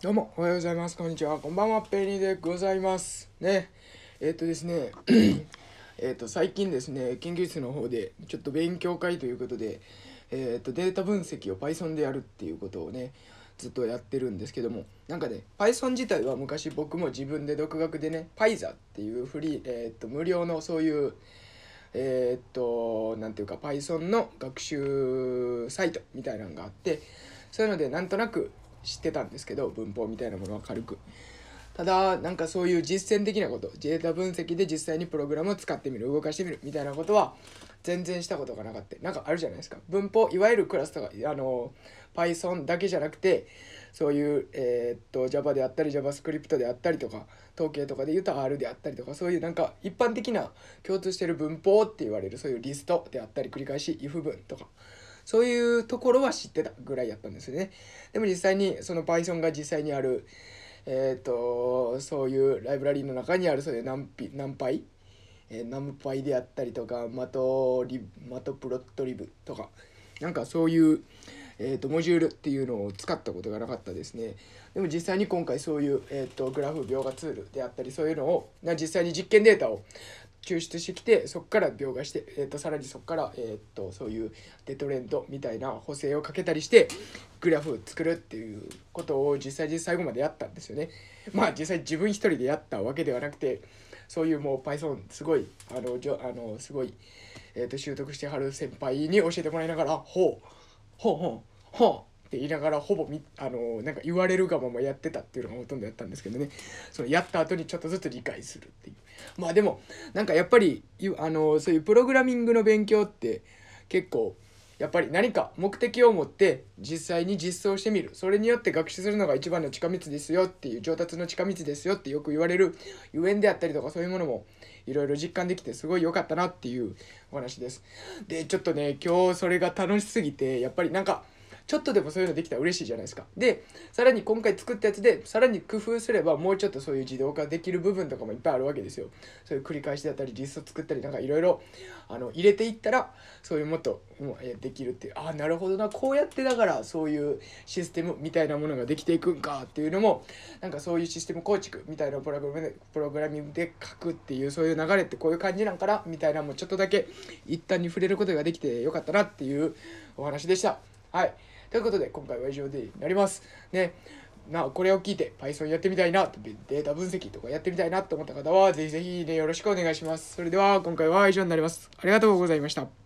どうもおはようございます。こんにちは。こんばんは。ペニーでございますね。ですね最近ですね、研究室の方でちょっと勉強会ということで、データ分析を Python でやるっていうことをね、ずっとやってるんですけども、なんかね、Python 自体は昔僕も自分で独学でね、Python っていうフリー、無料のそういうなんていうか Python の学習サイトみたいなのがあって、そういうのでなんとなく知ってたんですけど、文法みたいなものは軽く。ただなんかそういう実践的なこと、データ分析で実際にプログラムを使ってみる、動かしてみるみたいなことは全然したことがなかった。なんかあるじゃないですか、文法、いわゆるクラスとかPython だけじゃなくて、そういう、Java であったり JavaScript であったりとか、統計とかで言うと R であったりとか、そういうなんか一般的な共通してる文法って言われる、そういうリストであったり繰り返し if 文とか、そういうところは知ってたぐらいやったんですよね。でも実際にその Python が実際にあるそういうライブラリーの中にあるそういうナンパイ、ナムパイであったりとか、マトプロットリブとか、なんかそういう、モジュールっていうのを使ったことがなかったですね。でも実際に今回そういう、グラフ描画ツールであったり、そういうのを実際に実験データを抽出してきて、そこから描画して、さらにそこから、そういうデトレンドみたいな補正をかけたりしてグラフを作るっていうことを実際に最後までやったんですよね。まあ実際自分一人でやったわけではなくて、そういうもう Python すごいすごい、習得してはる先輩に教えてもらいながら、ほうって言いながら、ほぼなんか言われるがままやってたっていうのがほとんどやったんですけどね。そのやった後にちょっとずつ理解するっていう。まあでもなんかやっぱりそういうプログラミングの勉強って結構やっぱり何か目的を持って実際に実装してみる、それによって学習するのが一番の近道ですよっていう、上達の近道ですよってよく言われるゆえんであったりとか、そういうものもいろいろ実感できてすごい良かったなっていうお話です。でちょっとね、今日それが楽しすぎて、やっぱりなんかちょっとでもそういうのできたら嬉しいじゃないですか。でさらに今回作ったやつでさらに工夫すれば、もうちょっとそういう自動化できる部分とかもいっぱいあるわけですよ。そういう繰り返しだったりリスト作ったり、なんかいろいろ入れていったら、そういうもっとできるっていう、なるほどな、こうやってだからそういうシステムみたいなものができていくんかっていうのも、なんかそういうシステム構築みたいなプログラミングで書くっていう、そういう流れってこういう感じなんかなみたいなのもちょっとだけ一旦に触れることができてよかったなっていうお話でした。はい。ということで今回は以上でなりますね。これを聞いて Python やってみたいな、データ分析とかやってみたいなと思った方はぜひぜひね、よろしくお願いします。それでは今回は以上になります。ありがとうございました。